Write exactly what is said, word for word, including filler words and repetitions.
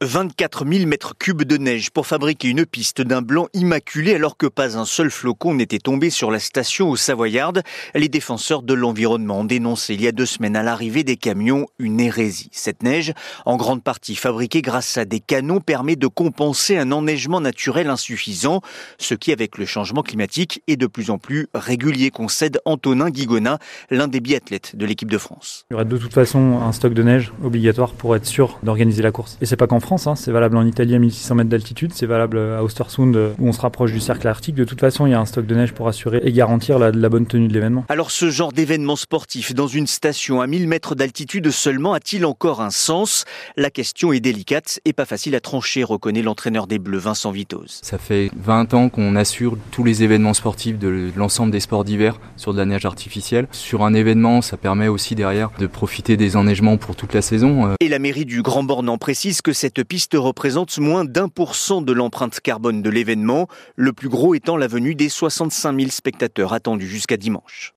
vingt-quatre mille mètres cubes de neige pour fabriquer une piste d'un blanc immaculé alors que pas un seul flocon n'était tombé sur la station aux Savoyardes. Les défenseurs de l'environnement ont dénoncé il y a deux semaines à l'arrivée des camions une hérésie. Cette neige, en grande partie fabriquée grâce à des canons, permet de compenser un enneigement naturel insuffisant, ce qui, avec le changement climatique, est de plus en plus régulier, concède Antonin Guigona, l'un des biathlètes de l'équipe de France. Il y aurait de toute façon un stock de neige obligatoire pour être sûr d'organiser la course. Et c'est pas qu'en France, hein, c'est valable en Italie à mille six cents mètres d'altitude, c'est valable à Östersund où on se rapproche du cercle arctique. De toute façon, il y a un stock de neige pour assurer et garantir la, la bonne tenue de l'événement. Alors ce genre d'événement sportif dans une station à mille mètres d'altitude seulement a-t-il encore un sens ? La question est délicate et pas facile à trancher, reconnaît l'entraîneur des Bleus, Vincent Vitoz. Ça fait vingt ans qu'on assure tous les événements sportifs de l'ensemble des sports d'hiver sur de la neige artificielle. Sur un événement, ça permet aussi derrière de profiter des enneigements pour toute la saison. Et la mairie du Grand Bornand précise que cette piste représente moins d'un pour cent de l'empreinte carbone de l'événement, le plus gros étant la venue des soixante-cinq mille spectateurs attendus jusqu'à dimanche.